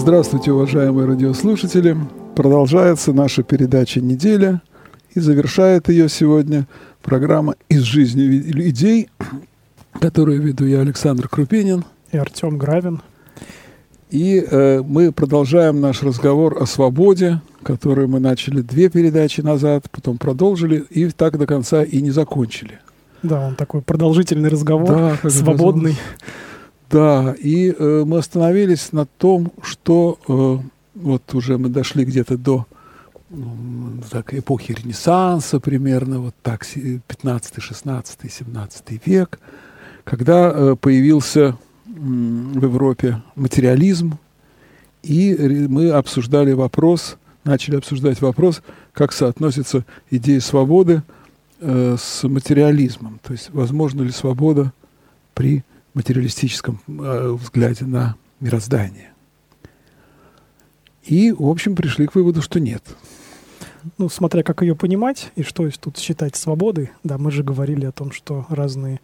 Здравствуйте, уважаемые радиослушатели. Продолжается наша передача «Неделя», и завершает ее сегодня программа «Из жизни идей», которую веду я, Александр Крупенин. И Артем Гравин. И мы продолжаем наш разговор о свободе, который мы начали 2 передачи назад, потом продолжили, и так до конца и не закончили. Да, он такой продолжительный разговор, да, свободный. Да, и мы остановились на том, что вот уже мы дошли где-то до эпохи Ренессанса примерно, вот так, 15, 16, 17 век, когда появился в Европе материализм, и мы обсуждали вопрос, начали обсуждать вопрос, как соотносится идея свободы с материализмом. То есть, возможна ли свобода при материалистическом взгляде на мироздание. И, в общем, пришли к выводу, что нет. Ну, смотря как ее понимать и что тут считать свободой. Да, мы же говорили о том, что разные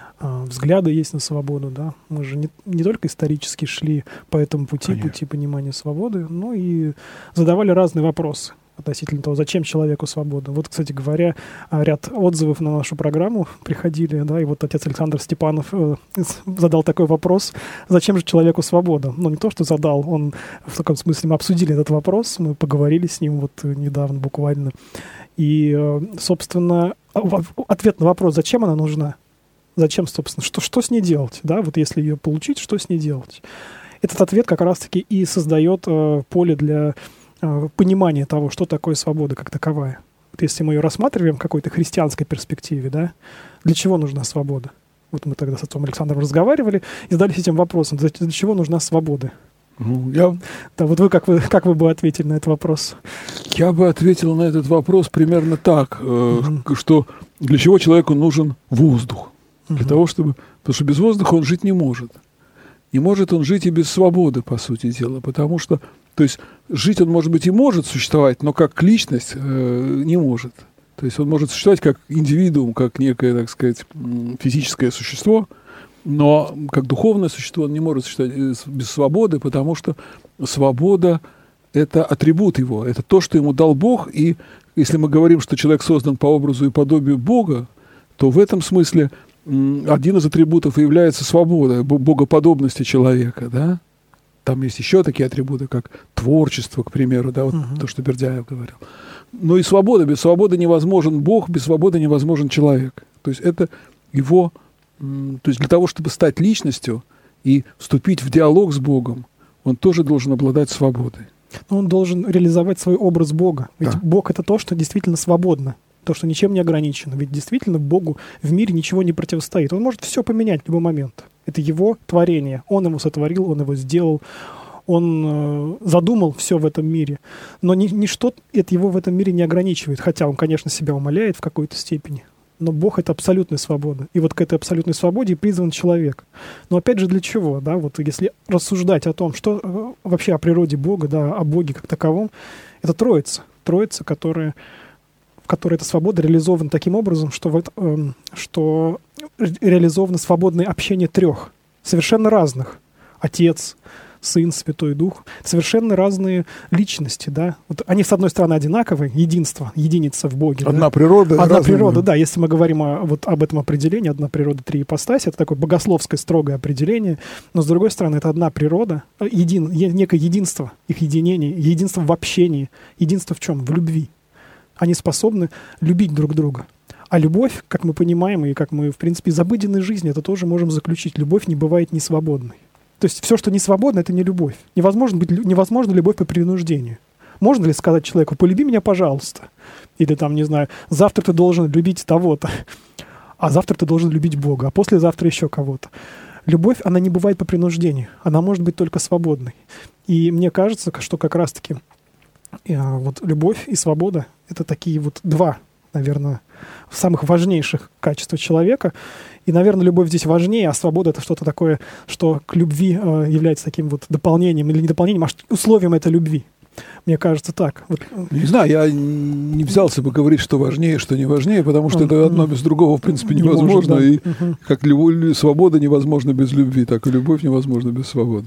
взгляды есть на свободу, да. Мы же не только исторически шли по этому пути понимания свободы, но и задавали разные вопросы относительно того, зачем человеку свобода. Вот, кстати говоря, ряд отзывов на нашу программу приходили, да, и вот отец Александр Степанов задал такой вопрос: зачем же человеку свобода? Ну, не то, что задал, он в таком смысле, мы обсудили этот вопрос, мы поговорили с ним вот недавно буквально. И, собственно, ответ на вопрос, зачем она нужна? Зачем, собственно, что с ней делать? Да, вот если ее получить, что с ней делать? Этот ответ как раз-таки и создает поле для понимания того, что такое свобода как таковая. Вот если мы ее рассматриваем в какой-то христианской перспективе, да, для чего нужна свобода? Вот мы тогда с отцом Александром разговаривали и задались этим вопросом, для чего нужна свобода? Да, вот вы как вы бы ответили на этот вопрос? Я бы ответил на этот вопрос примерно так, что для чего человеку нужен воздух? Для того, чтобы... Потому что без воздуха он жить не может. Не может он жить и без свободы, по сути дела. Потому что, то есть, жить он, может быть, и может существовать, но как личность не может. То есть он может существовать как индивидуум, как некое, так сказать, физическое существо, но как духовное существо он не может существовать без свободы, потому что свобода — это атрибут его, это то, что ему дал Бог. И если мы говорим, что человек создан по образу и подобию Бога, то в этом смысле один из атрибутов является свобода, богоподобности человека, да? Там есть еще такие атрибуты, как творчество, к примеру, да, вот то, что Бердяев говорил. Но и свобода. Без свободы невозможен Бог, без свободы невозможен человек. То есть это его... То есть для того, чтобы стать личностью и вступить в диалог с Богом, он тоже должен обладать свободой. Но он должен реализовать свой образ Бога. Ведь Бог — это то, что действительно свободно. То, что ничем не ограничено. Ведь действительно Богу в мире ничего не противостоит. Он может все поменять в любой момент. Это его творение. Он его сотворил, он его сделал. Он задумал все в этом мире. Но ничто это его в этом мире не ограничивает. Хотя он, конечно, себя умаляет в какой-то степени. Но Бог — это абсолютная свобода. И вот к этой абсолютной свободе и призван человек. Но опять же, для чего? Да? Вот если рассуждать о том, что вообще о природе Бога, да, о Боге как таковом, это Троица. Троица, в которой эта свобода реализована таким образом, что реализовано свободное общение 3 совершенно разных. Отец, Сын, Святой Дух. Совершенно разные личности, да. Вот они, с одной стороны, одинаковые, единица в Боге. Одна природа. Одна природа, да. Если мы говорим об этом определении, одна природа, 3 ипостаси, это такое богословское строгое определение. Но, с другой стороны, это одна природа, некое единство, их единение, единство в общении. Единство в чем? В любви. Они способны любить друг друга. А любовь, как мы понимаем, и как мы, в принципе, из обыденной жизни это тоже можем заключить, любовь не бывает несвободной. То есть все, что не свободно, это не любовь. Невозможно любовь по принуждению. Можно ли сказать человеку: полюби меня, пожалуйста? Или там, не знаю, завтра ты должен любить того-то, а завтра ты должен любить Бога, а послезавтра еще кого-то. Любовь, она не бывает по принуждению. Она может быть только свободной. И мне кажется, что как раз-таки вот любовь и свобода — это такие вот 2, наверное, самых важнейших качества человека. И, наверное, любовь здесь важнее, а свобода — это что-то такое, что к любви является таким вот дополнением или не дополнением, а условием этой любви. Мне кажется, так. Вот. Не знаю, я не взялся бы говорить, что важнее, что не важнее, потому что это одно без другого, в принципе, невозможно. Не может, да. И как свобода невозможна без любви, так и любовь невозможна без свободы.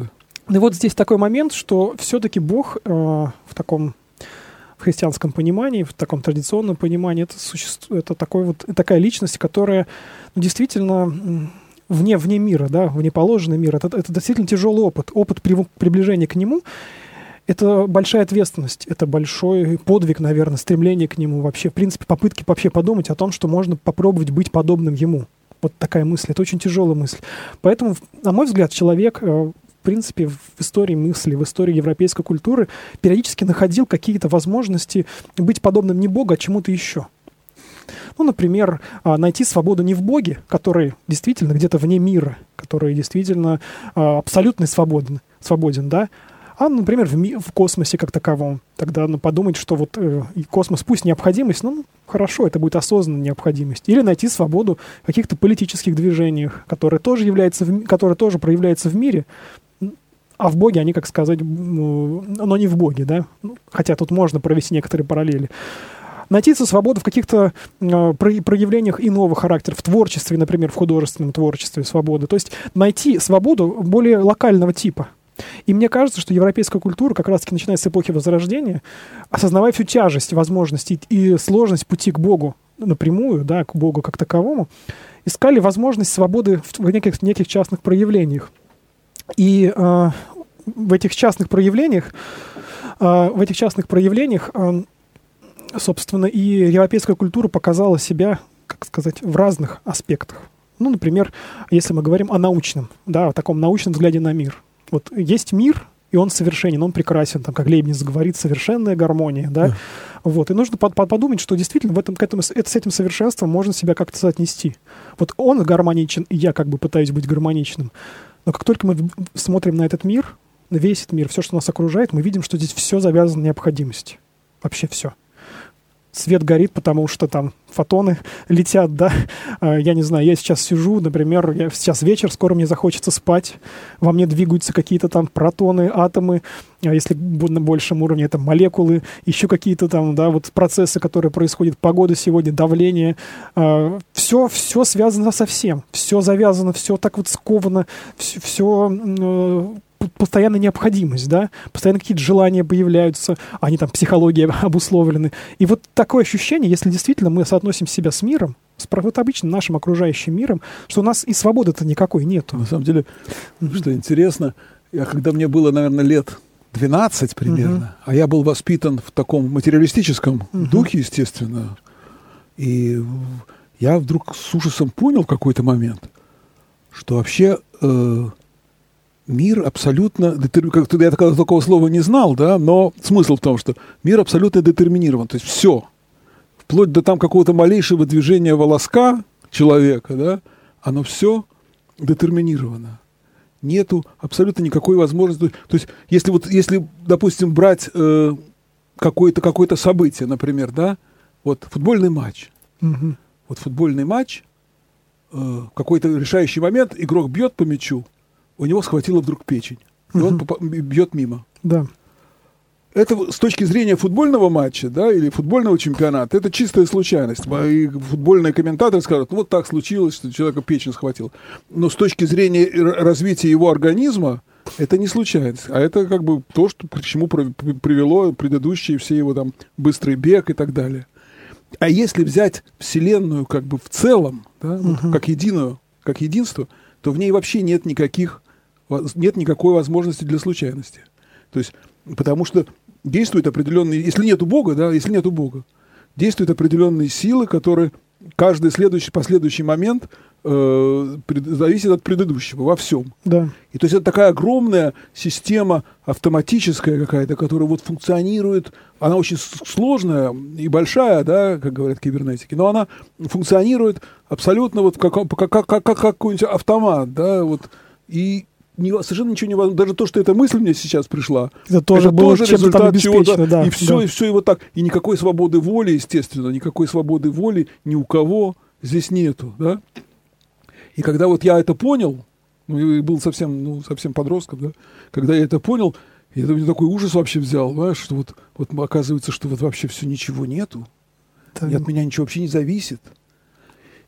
И вот здесь такой момент, что все-таки Бог в христианском понимании, в таком традиционном понимании, это такая личность, которая действительно вне мира, да, вне положенного мира. Это действительно тяжелый опыт приближения к нему. Это большая ответственность, это большой подвиг, наверное, стремление к нему вообще, в принципе, попытки вообще подумать о том, что можно попробовать быть подобным ему. Вот такая мысль, это очень тяжелая мысль. Поэтому, на мой взгляд, человек, в принципе, в истории мысли, в истории европейской культуры периодически находил какие-то возможности быть подобным не Богу, а чему-то еще. Ну, например, найти свободу не в Боге, который действительно где-то вне мира, который действительно абсолютно свободен, да, а, например, в космосе как таковом. Тогда подумать, что вот космос пусть необходимость, ну, хорошо, это будет осознанная необходимость. Или найти свободу в каких-то политических движениях, которые тоже проявляются в мире, а в Боге они, как сказать, но не в Боге, да? Хотя тут можно провести некоторые параллели. Найти свободу в каких-то проявлениях иного характера, в творчестве, например, в художественном творчестве свободы. То есть найти свободу более локального типа. И мне кажется, что европейская культура, как раз-таки начиная с эпохи Возрождения, осознавая всю тяжесть возможностей и сложность пути к Богу напрямую, да, к Богу как таковому, искали возможность свободы в неких частных проявлениях. И в этих частных проявлениях, собственно, и европейская культура показала себя, как сказать, в разных аспектах. Ну, например, если мы говорим о научном, да, о таком научном взгляде на мир. Вот есть мир, и он совершенен, он прекрасен, там, как Лейбниц говорит, совершенная гармония, да. Вот, и нужно подумать, что действительно с этим совершенством можно себя как-то соотнести. Вот он гармоничен, и я как бы пытаюсь быть гармоничным. Но как только мы смотрим на этот мир, на весь этот мир, все, что нас окружает, мы видим, что здесь все завязано на необходимости. Вообще все. Свет горит, потому что там фотоны летят, да. Я не знаю, я сейчас сижу, например, сейчас вечер, скоро мне захочется спать. Во мне двигаются какие-то там протоны, атомы, если на большем уровне, это молекулы, еще какие-то там, да, вот процессы, которые происходят, погода сегодня, давление. Все связано со всем. Все завязано, все так вот сковано, все постоянная необходимость, да, постоянно какие-то желания появляются, они там психологией обусловлены. И вот такое ощущение, если действительно мы соотносим себя с миром, с вот обычным нашим окружающим миром, что у нас и свободы-то никакой нету. На самом деле, что интересно, когда мне было, наверное, лет 12 примерно, а я был воспитан в таком материалистическом духе, естественно, и я вдруг с ужасом понял в какой-то момент, что вообще мир абсолютно, я такого слова не знал, да, но смысл в том, что мир абсолютно детерминирован, то есть все, вплоть до там какого-то малейшего движения волоска человека, да, оно все детерминировано. Нету абсолютно никакой возможности. То есть, если допустим, брать какое-то событие, например, да, вот футбольный матч. Вот футбольный матч, какой-то решающий момент, игрок бьет по мячу, у него схватила вдруг печень, и он бьет мимо. Да. Это с точки зрения футбольного матча, да, или футбольного чемпионата, это чистая случайность. И футбольные комментаторы скажут, ну вот так случилось, что человека печень схватила. Но с точки зрения развития его организма, это не случайность, а это как бы то, к чему привело предыдущие все его там быстрый бег и так далее. А если взять Вселенную как бы в целом, да, вот, как единство, то в ней вообще нет никакой возможности для случайности. То есть, потому что действуют определенные, если нету Бога, действуют определенные силы, которые каждый последующий момент зависит от предыдущего во всем. Да. И то есть это такая огромная система автоматическая какая-то, которая вот функционирует, она очень сложная и большая, да, как говорят кибернетики, но она функционирует абсолютно вот как какой-нибудь автомат, да, вот, и совершенно ничего не важно. Даже то, что эта мысль мне сейчас пришла, это тоже результат чего-то, да, и все вот так. И никакой свободы воли, естественно, никакой свободы воли ни у кого здесь нету, да. И когда вот я это понял, и был совсем подростком, да, когда я это понял, это мне такой ужас вообще взял, знаешь, что вот оказывается, что вот вообще все ничего нету, и от меня ничего вообще не зависит.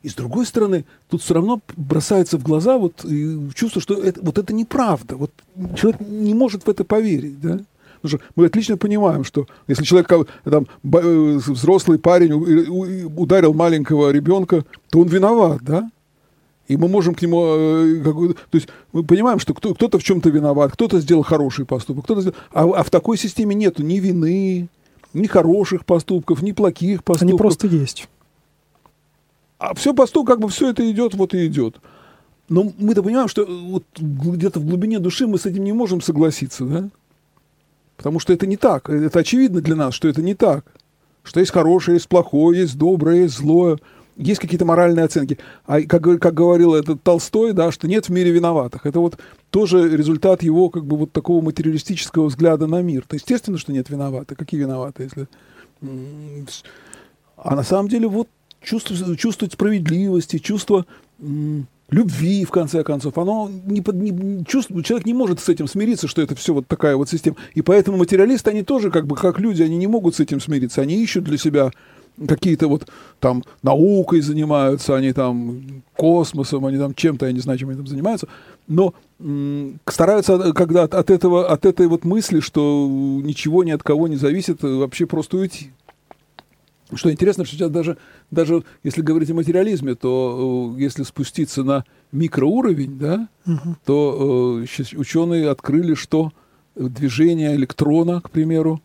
И с другой стороны, тут все равно бросается в глаза вот чувство, что это неправда. Вот человек не может в это поверить, да? Потому что мы отлично понимаем, что если человек, там, взрослый парень ударил маленького ребенка, то он виноват, да? И мы можем к нему... То есть мы понимаем, что кто-то в чем-то виноват, кто-то сделал хороший поступок, кто-то сделал... А в такой системе нету ни вины, ни хороших поступков, ни плохих поступков. Они просто есть. А все поступок, все это идет, вот и идет. Но мы-то понимаем, что вот где-то в глубине души мы с этим не можем согласиться, да? Потому что это не так. Это очевидно для нас, что это не так. Что есть хорошее, есть плохое, есть доброе, есть злое. Есть какие-то моральные оценки. А как говорил этот Толстой, да, что нет в мире виноватых. Это вот тоже результат его как бы вот такого материалистического взгляда на мир. То есть, естественно, что нет виноватых. Какие виноваты, если... А на самом деле вот чувствовать справедливости, чувство любви, в конце концов, оно человек не может с этим смириться, что это все вот такая вот система. И поэтому материалисты, они тоже как бы как люди, они не могут с этим смириться. Они ищут для себя какие-то вот там наукой занимаются, они там космосом, они там чем-то, я не знаю, чем они там занимаются, но стараются, когда от этой вот мысли, что ничего ни от кого не зависит, вообще просто уйти. Что интересно, что сейчас даже если говорить о материализме, то если спуститься на микроуровень, да, то ученые открыли, что движение электрона, к примеру,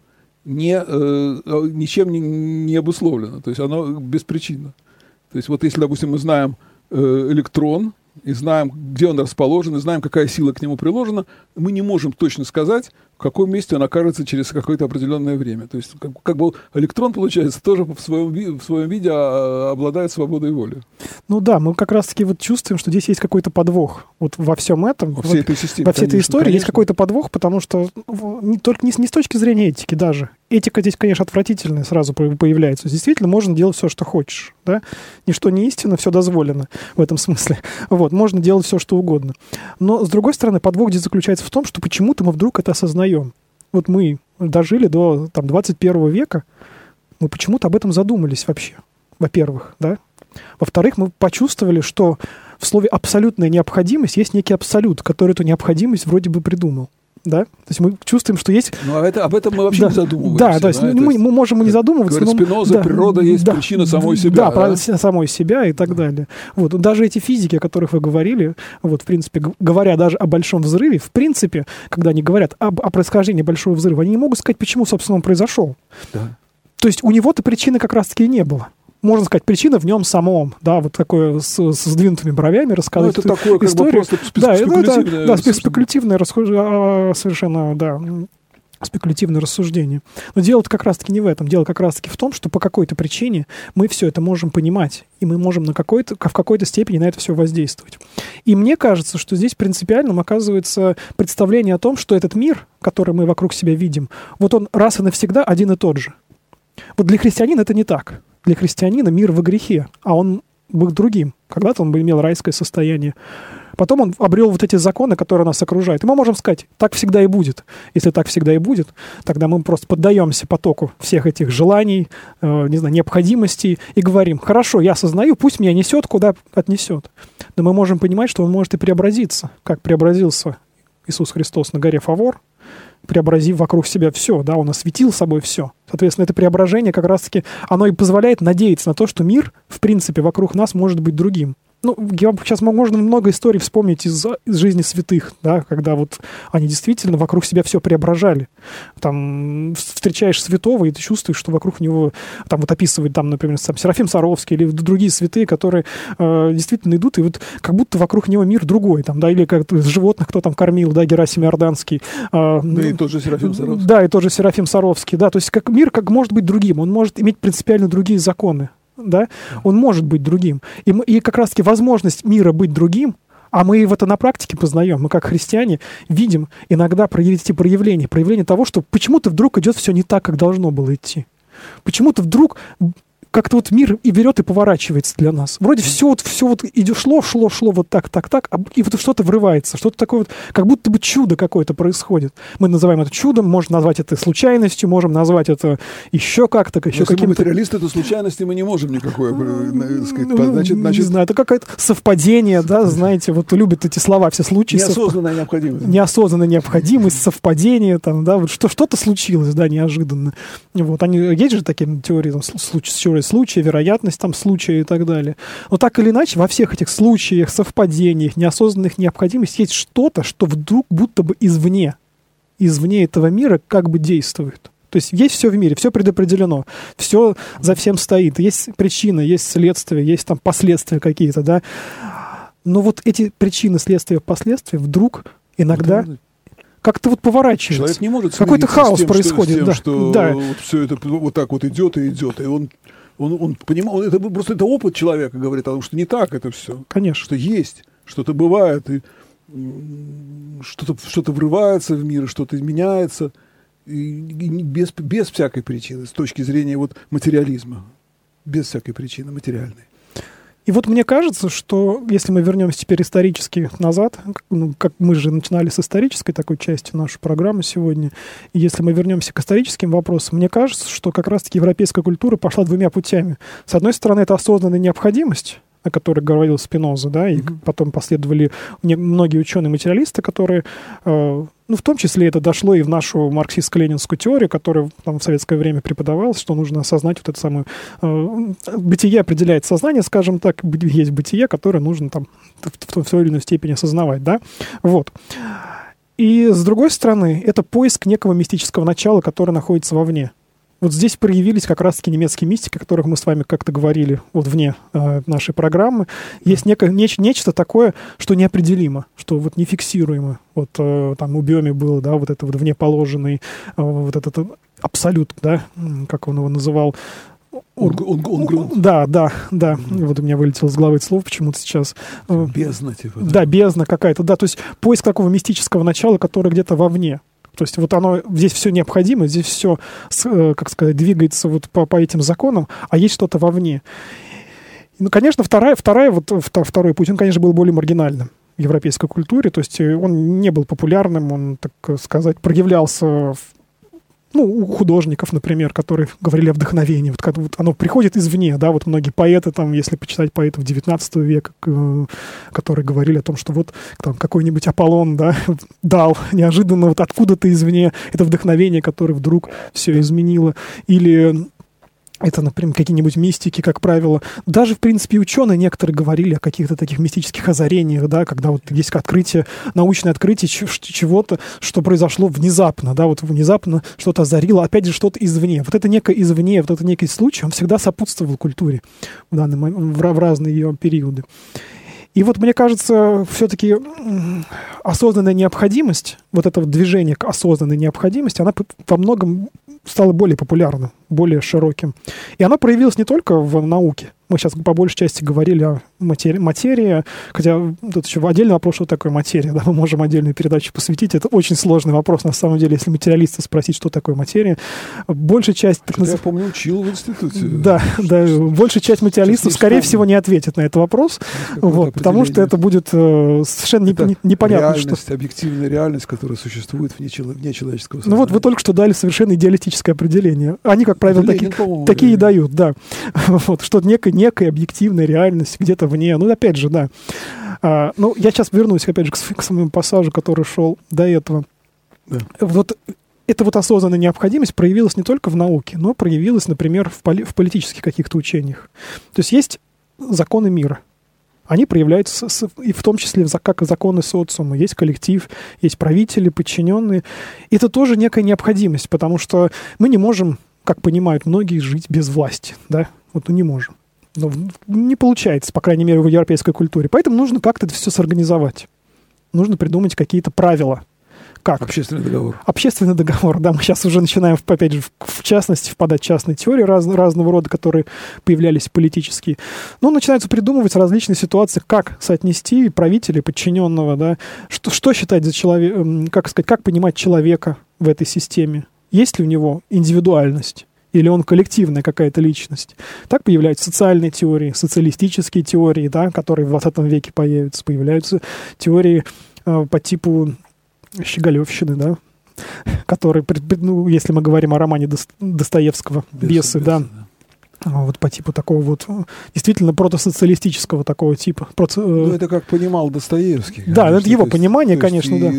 ничем не обусловлено, то есть оно беспричинно. То есть вот если, допустим, мы знаем электрон, и знаем, где он расположен, и знаем, какая сила к нему приложена, мы не можем точно сказать, в каком месте он окажется через какое-то определенное время. То есть как бы электрон, получается, тоже в своем виде обладает свободой воли. Ну да, мы как раз-таки вот чувствуем, что здесь есть какой-то подвох. Вот во всем этом, во всей этой системе, во всей этой истории есть какой-то подвох, потому что только не с точки зрения этики даже. Этика здесь, конечно, отвратительная сразу появляется. Действительно, можно делать все, что хочешь. Да? Ничто не истинно, все дозволено в этом смысле. Вот, можно делать все, что угодно. Но, с другой стороны, подвох здесь заключается в том, что почему-то мы вдруг это осознаем. Вот мы дожили до 21 века, мы почему-то об этом задумались вообще, во-первых, да? Во-вторых, мы почувствовали, что в слове «абсолютная необходимость» есть некий абсолют, который эту необходимость вроде бы придумал. Да? То есть мы чувствуем, что есть... Ну, об этом мы вообще не задумываемся. Да, то есть мы можем и не задумываться. Говорит Спиноза, природа есть причина самой себя. Да, правильно, самой себя и так далее. Вот. Даже эти физики, о которых вы говорили, вот, в принципе, говоря даже о большом взрыве, в принципе, когда они говорят о происхождении большого взрыва, они не могут сказать, почему, собственно, он произошел. Да. То есть у него-то причины как раз-таки и не было. Можно сказать, причина в нем самом, да, вот такое с сдвинутыми бровями рассказывать. Ну, это такое, как бы просто спекулятивное. Да, спекулятивное совершенно, да, спекулятивное рассуждение. Но дело-то как раз-таки не в этом. Дело как раз-таки в том, что по какой-то причине мы все это можем понимать, и мы можем в какой-то степени на это все воздействовать. И мне кажется, что здесь принципиальным оказывается представление о том, что этот мир, который мы вокруг себя видим, вот он раз и навсегда один и тот же. Вот для христианина это не так. Для христианина мир во грехе, а он был другим. Когда-то он имел райское состояние. Потом он обрел вот эти законы, которые нас окружают. И мы можем сказать, так всегда и будет. Если так всегда и будет, тогда мы просто поддаемся потоку всех этих желаний, необходимостей и говорим, хорошо, я осознаю, пусть меня несет, куда отнесет. Но мы можем понимать, что он может и преобразиться, как преобразился Иисус Христос на горе Фавор, преобразив вокруг себя все, да, он осветил собой все. Соответственно, это преображение как раз-таки, оно и позволяет надеяться на то, что мир, в принципе, вокруг нас может быть другим. Ну, сейчас можно много историй вспомнить из жизни святых, да, когда вот они действительно вокруг себя все преображали. Там встречаешь святого, и ты чувствуешь, что вокруг него, там вот описывает, там, например, сам Серафим Саровский или другие святые, которые действительно идут, и вот как будто вокруг него мир другой, там, да, или как животных кто там кормил, да, Герасим Иорданский. Да, и тот же Серафим Саровский. Да, и тот же Серафим Саровский, да, то есть как мир как может быть другим, он может иметь принципиально другие законы. Да? Он может быть другим. И как раз-таки возможность мира быть другим, а мы это на практике познаем. Мы, как христиане, видим иногда эти проявления того, что почему-то вдруг идет все не так, как должно было идти. Почему-то вдруг как-то вот мир и берет и поворачивается для нас. Вроде все вот шло вот так, и вот что-то врывается, что-то такое вот, как будто бы чудо какое-то происходит. Мы называем это чудом, можем назвать это случайностью, можем назвать это еще как-то, еще каким-то... материалисты, то случайности мы не можем никакое сказать. Значит, не знаю, это какое-то совпадение, да, знаете, вот любят эти слова, все случаи. Неосознанная необходимость. Неосознанная необходимость, совпадение, там, да, вот что-то случилось, да, неожиданно. Вот, есть же такие теории, там, теория случая, вероятность там случая и так далее. Но так или иначе, во всех этих случаях, совпадениях, неосознанных необходимостях есть что-то, что вдруг будто бы извне этого мира как бы действует. То есть есть все в мире, все предопределено, все за всем стоит. Есть причина, есть следствие, есть там последствия какие-то, да. Но вот эти причины, следствия, последствия вдруг иногда как-то вот поворачивается. Человек не может какой-то хаос происходит, что вот все это вот так вот идет, и он понимает, это опыт человека говорит о том, что не так это все. Конечно. Что есть, что-то бывает, и что-то врывается в мир, что-то меняется, и без всякой причины, с точки зрения вот материализма, без всякой причины материальной. И вот мне кажется, что если мы вернемся теперь исторически назад, как мы же начинали с исторической такой части нашу программу сегодня, и если мы вернемся к историческим вопросам, мне кажется, что как раз-таки европейская культура пошла двумя путями. С одной стороны, это осознанная необходимость, о которой говорил Спиноза, да, и потом последовали многие ученые-материалисты, которые, в том числе это дошло и в нашу марксистско-ленинскую теорию, которая там в советское время преподавалась, что нужно осознать вот это самое... бытие определяет сознание, скажем так, есть бытие, которое нужно там в той или иной степени осознавать, да, вот. И с другой стороны, это поиск некого мистического начала, которое находится вовне. Вот здесь проявились как раз-таки немецкие мистики, о которых мы с вами как-то говорили вот вне нашей программы. Есть нечто такое, что неопределимо, что вот нефиксируемо. Вот там у Бёме было, да, вот это вот внеположенный, вот этот абсолют, да, как он его называл. Да. Вот у меня вылетело с головы это слово почему-то сейчас. Бездна, типа. Да, бездна какая-то, да. То есть поиск такого мистического начала, которое где-то вовне. То есть вот оно, здесь все необходимо, здесь все, как сказать, двигается вот по этим законам, а есть что-то вовне. Ну, конечно, второй путь, он, конечно, был более маргинальным в европейской культуре, то есть он не был популярным, он, так сказать, проявлялся у художников, например, которые говорили о вдохновении. Вот как вот оно приходит извне, да, вот многие поэты, там, если почитать поэтов XIX века, которые говорили о том, что вот там какой-нибудь Аполлон, да, дал неожиданно вот откуда-то извне это вдохновение, которое вдруг все изменило. Или это, например, какие-нибудь мистики, как правило. Даже, в принципе, ученые некоторые говорили о каких-то таких мистических озарениях, да, когда вот есть открытие, научное открытие чего-то, что произошло внезапно, да, вот внезапно что-то озарило, опять же, что-то извне. Вот это некое извне, вот это некий случай, он всегда сопутствовал культуре в данный момент, в разные ее периоды. И вот, мне кажется, все-таки осознанная необходимость, вот это вот движение к осознанной необходимости, она во многом стала более популярным, более широким. И она проявилась не только в науке. Мы сейчас по большей части говорили о материи, хотя тут еще отдельный вопрос, что такое материя. Да, мы можем отдельную передачу посвятить. Это очень сложный вопрос, на самом деле, если материалиста спросить, что такое материя. Большая часть... Я помню, учил в институте. Да, большая часть материалистов, скорее всего, не ответит на этот вопрос, вот, потому что это будет совершенно непонятно. Реальность, объективная реальность, которая существует вне человеческого сознания. Ну вот вы только что дали совершенно идеалистическое определение. Они, как правило, такие и дают, да. Вот, что некая объективная реальность где-то вне. Ну, опять же, да. Ну, я сейчас вернусь, опять же, к самому пассажу, который шел до этого. Да. Вот эта вот осознанная необходимость проявилась не только в науке, но проявилась, например, в политических каких-то учениях. То есть законы мира. Они проявляются и в том числе как законы социума. Есть коллектив, есть правители, подчиненные. Это тоже некая необходимость, потому что мы не можем, как понимают многие, жить без власти. Да? Вот мы не можем. Но не получается, по крайней мере, в европейской культуре. Поэтому нужно как-то это все сорганизовать. Нужно придумать какие-то правила. Как? Общественный договор. Общественный договор, да. Мы сейчас уже начинаем, опять же, в частности, впадать в частные теории разного рода, которые появлялись политические. Но начинаются придумывать различные ситуации, как соотнести правителя, подчиненного, да. Что считать за человека, как понимать человека в этой системе? Есть ли у него индивидуальность? или он коллективная какая-то личность. Так появляются социальные теории, социалистические теории, да, которые в 20 веке появятся. Появляются теории по типу щеголевщины, да, которые, ну, если мы говорим о романе Достоевского «Бесы», да, вот по типу такого вот действительно протосоциалистического такого типа. Ну, это как понимал Достоевский. Да, конечно, это его понимание, конечно, да.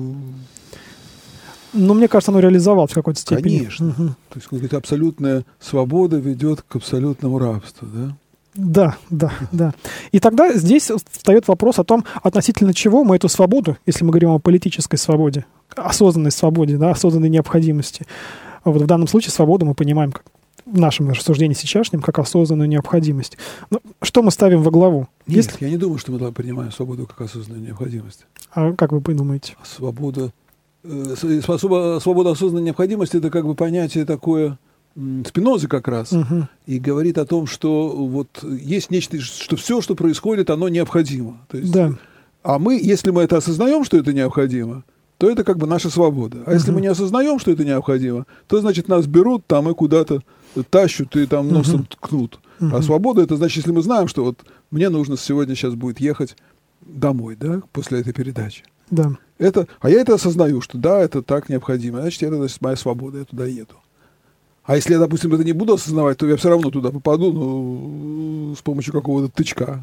Но мне кажется, оно реализовалось в какой-то степени. Конечно. То есть, как говорит, абсолютная свобода ведет к абсолютному рабству, да? Да. И тогда здесь встает вопрос о том, относительно чего мы эту свободу, если мы говорим о политической свободе, осознанной свободе, да, осознанной необходимости. Вот в данном случае свободу мы понимаем как, в нашем рассуждении сейчасшнем как осознанную необходимость. Но что мы ставим во главу? Нет, я не думаю, что мы принимаем свободу как осознанную необходимость. А как вы думаете? Свобода осознанной необходимости — это как бы понятие такое Спинозы как раз, и говорит о том, что вот есть нечто, что все, что происходит, оно необходимо. То есть, да. А мы, если мы это осознаем, что это необходимо, то это как бы наша свобода. А если мы не осознаем, что это необходимо, то, значит, нас берут там и куда-то тащут и там носом ткнут. А свобода — это значит, если мы знаем, что вот мне нужно сегодня сейчас будет ехать домой, да, после этой передачи. Да. А я это осознаю, что да, это так необходимо. Значит, это значит, моя свобода, я туда еду. А если я, допустим, это не буду осознавать, то я все равно туда попаду, ну, с помощью какого-то тычка.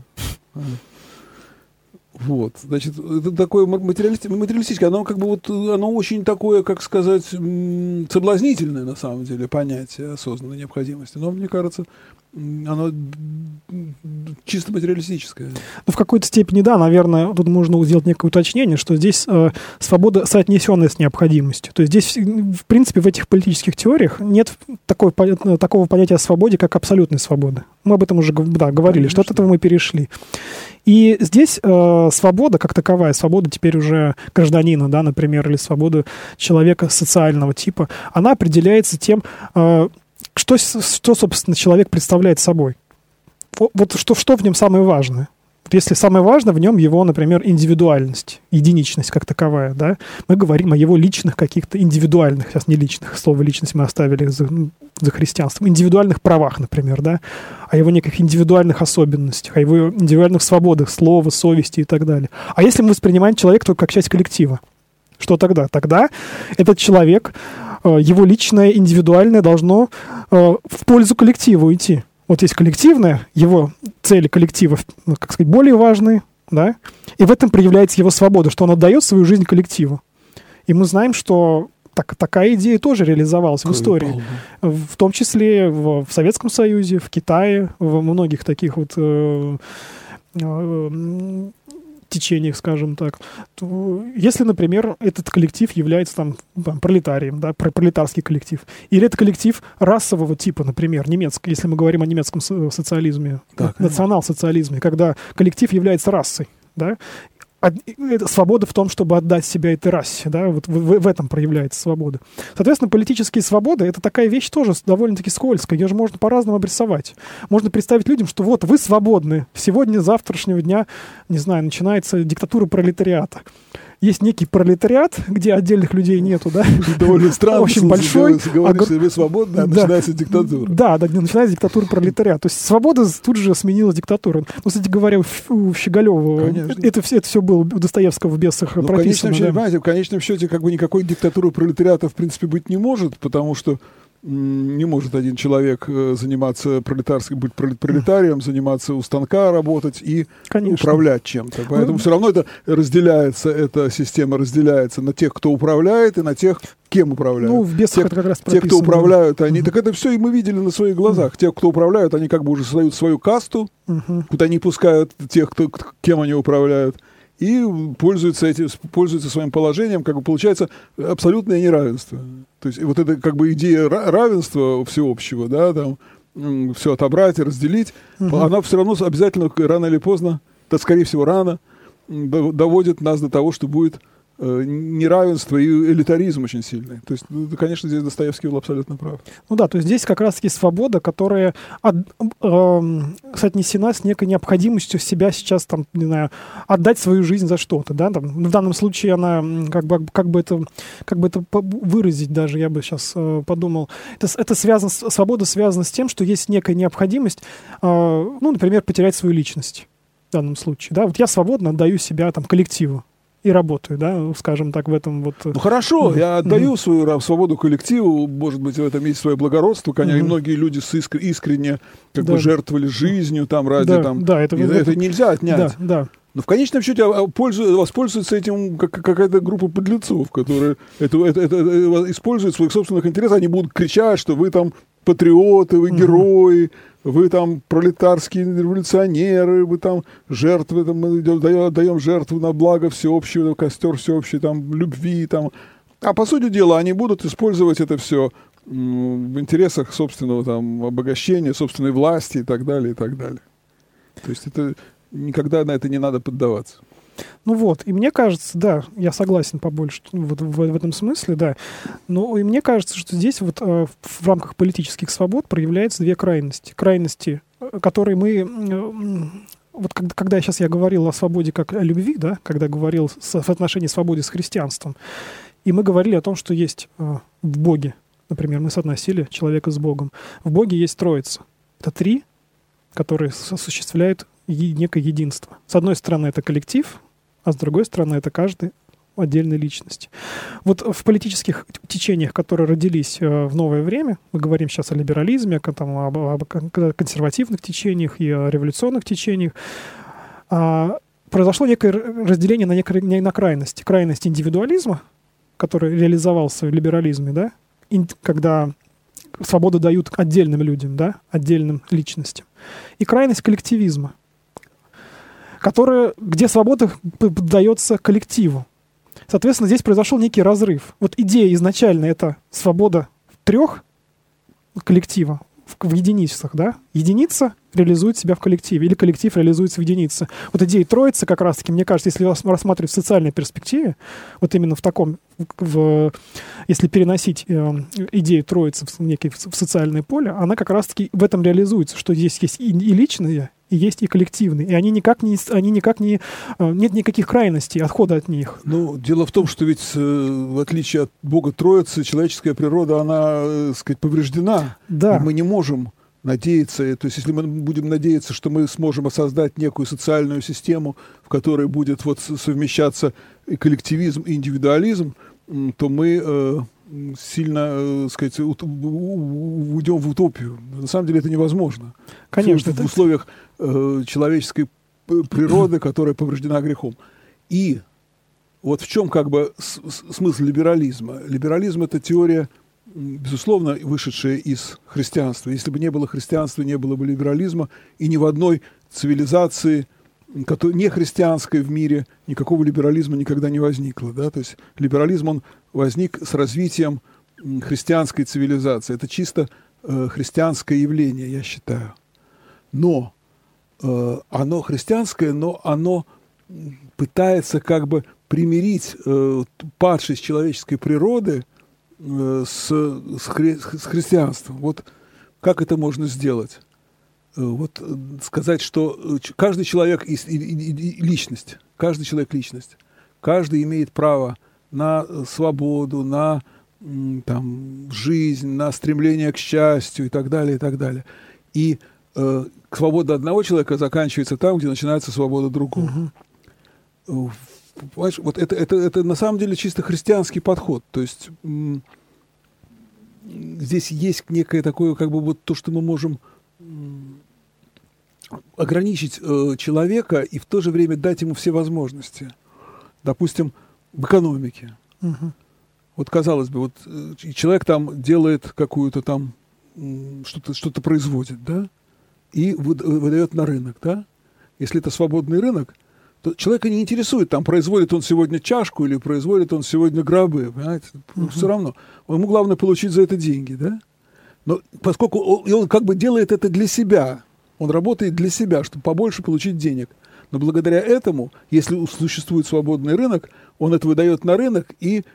Вот, значит, это такое материалистическое, оно как бы вот, оно очень такое, как сказать, соблазнительное на самом деле понятие осознанной необходимости. Но мне кажется, оно чисто материалистическое. Ну, в какой-то степени, да, наверное, тут можно сделать некое уточнение, что здесь свобода соотнесенная с необходимостью. То есть здесь, в принципе, в этих политических теориях нет такого понятия о свободе, как абсолютной свободы. Мы об этом уже говорили, конечно, что от этого мы перешли. И здесь свобода, как таковая, свобода теперь уже гражданина, да, например, или свобода человека социального типа, она определяется тем, что, собственно, человек представляет собой. Вот что в нем самое важное. Если самое важное в нем его, например, индивидуальность, единичность как таковая, да, мы говорим о его личных каких-то индивидуальных, сейчас не личных, слово личность мы оставили за христианством, индивидуальных правах, например, да, о его неких индивидуальных особенностях, о его индивидуальных свободах, слова, совести и так далее. А если мы воспринимаем человека только как часть коллектива, что тогда? Тогда этот человек, его личное, индивидуальное должно в пользу коллектива уйти. Вот есть коллективное, его цели коллектива, как сказать, более важные, да, и в этом проявляется его свобода, что он отдает свою жизнь коллективу. И мы знаем, что такая идея тоже реализовалась в истории, в том числе в Советском Союзе, в Китае, в многих таких вот течениях, скажем так. Если, например, этот коллектив является там пролетарием, да, пролетарский коллектив, или это коллектив расового типа, например, немецкий, если мы говорим о немецком социализме, национал-социализме, когда коллектив является расой, да, свобода в том, чтобы отдать себя этой расе, да, вот в этом проявляется свобода. Соответственно, политические свободы — это такая вещь тоже довольно-таки скользкая, ее же можно по-разному обрисовать. Можно представить людям, что вот вы свободны, сегодня, с завтрашнего дня, не знаю, начинается диктатура пролетариата. Есть некий пролетариат, где отдельных людей нету, да? Довольно странно. Очень большой. Говоришь, что вы свободны, а начинается диктатура. Да, начинается диктатура пролетариата. То есть свобода тут же сменилась диктатурой. Ну, кстати говоря, у Щеголева это все было у Достоевского в «Бесах» прописано. В конечном счете, как бы никакой диктатуры пролетариата, в принципе, быть не может, потому что не может один человек заниматься быть пролетарием, заниматься у станка, работать и управлять чем-то. Поэтому все равно эта система разделяется на тех, кто управляет, и на тех, кем управляют. Ну, в «Бесах» это как раз прописано. Те, кто управляют, они... Так это все и мы видели на своих глазах. Те, кто управляют, они как бы уже создают свою касту, куда не пускают тех, кем они управляют, и пользуются своим положением, как бы получается абсолютное неравенство. То есть вот эта как бы идея равенства всеобщего, да, там все отобрать и разделить, она все равно обязательно рано или поздно, да, скорее всего, рано, доводит нас до того, что будет неравенство и элитаризм очень сильный. То есть, конечно, здесь Достоевский был абсолютно прав. Ну да, то есть здесь как раз-таки свобода, которая соотнесена с некой необходимостью себя сейчас, там, не знаю, отдать свою жизнь за что-то, да, там, в данном случае она, как бы это выразить даже, я бы сейчас подумал, это связано, свобода связана с тем, что есть некая необходимость, ну, например, потерять свою личность в данном случае, да, вот я свободно отдаю себя, там, коллективу и работаю, да, скажем так, в этом вот... Ну хорошо, я отдаю свою свободу коллективу, может быть, в этом есть свое благородство, конечно, и многие люди искренне как бы жертвовали жизнью там ради там... Да, это нельзя отнять. Да. Но в конечном счете воспользуется этим какая-то группа подлецов, которые это используют в своих собственных интересах, они будут кричать, что вы там патриоты, вы герои, вы там пролетарские революционеры, вы там жертвы, там, мы даем жертву на благо всеобщего, костер всеобщей там, любви. Там. А по сути дела они будут использовать это все в интересах собственного там, обогащения, собственной власти и так далее, и так далее. То есть это, никогда на это не надо поддаваться. Ну вот, и мне кажется, да, я согласен побольше вот в этом смысле, да. Но и мне кажется, что здесь вот в рамках политических свобод проявляются две крайности. Крайности, которые мы... Вот когда сейчас я говорил о свободе как о любви, да, когда говорил в отношении свободы с христианством, и мы говорили о том, что есть в Боге, например, мы соотносили человека с Богом. В Боге есть Троица. Это три, которые осуществляют некое единство. С одной стороны, это коллектив, а с другой стороны, это каждый отдельной личности. Вот в политических течениях, которые родились в новое время, мы говорим сейчас о либерализме, об консервативных течениях и о революционных течениях, произошло некое разделение на крайности. Крайность индивидуализма, который реализовался в либерализме, да, когда свободу дают отдельным людям, да, отдельным личностям. И крайность коллективизма, где свобода дается коллективу. Соответственно, здесь произошел некий разрыв. Вот идея изначально — это свобода трех коллектива в единицах, да? Единица реализует себя в коллективе, или коллектив реализуется в единице. Вот идея Троицы как раз-таки, мне кажется, если рассматривать в социальной перспективе, вот именно в таком, если переносить идею Троицы в социальное поле, она как раз-таки в этом реализуется, что здесь есть и личные, и есть и коллективные. И они нет никаких крайностей, отхода от них. Ну, дело в том, что ведь, в отличие от Бога Троицы, человеческая природа, она, так сказать, повреждена. Да. И мы не можем надеяться, то есть если мы будем надеяться, что мы сможем создать некую социальную систему, в которой будет вот совмещаться и коллективизм, и индивидуализм, то мы сильно, сказать, уйдем в утопию. На самом деле это невозможно. Конечно. В условиях человеческой природы, которая повреждена грехом. И вот в чем как бы смысл либерализма? Либерализм — это теория, безусловно, вышедшая из христианства. Если бы не было христианства, не было бы либерализма, и ни в одной цивилизации, не христианской в мире, никакого либерализма никогда не возникло. Да? То есть либерализм, он возник с развитием христианской цивилизации. Это чисто христианское явление, я считаю. Но оно христианское, но оно пытается как бы примирить падшесть человеческой природы с христианством. Вот как это можно сделать? Вот сказать, что каждый человек личность, каждый человек личность, каждый имеет право на свободу, на там, жизнь, на стремление к счастью и так далее, и так далее. И свобода одного человека заканчивается там, где начинается свобода другого. Понимаешь, вот это на самом деле чисто христианский подход. То есть здесь есть некое такое, как бы вот то, что мы можем ограничить человека и в то же время дать ему все возможности. Допустим, в экономике. Вот казалось бы, вот человек там делает какую-то там что-то производит, да, и выдает на рынок, да. Если это свободный рынок, то человека не интересует, там производит он сегодня чашку или производит он сегодня гробы, понимаете? Все равно. Ему главное получить за это деньги, да. Но поскольку он как бы делает это для себя, он работает для себя, чтобы побольше получить денег. Но благодаря этому, если существует свободный рынок, он это выдает на рынок, и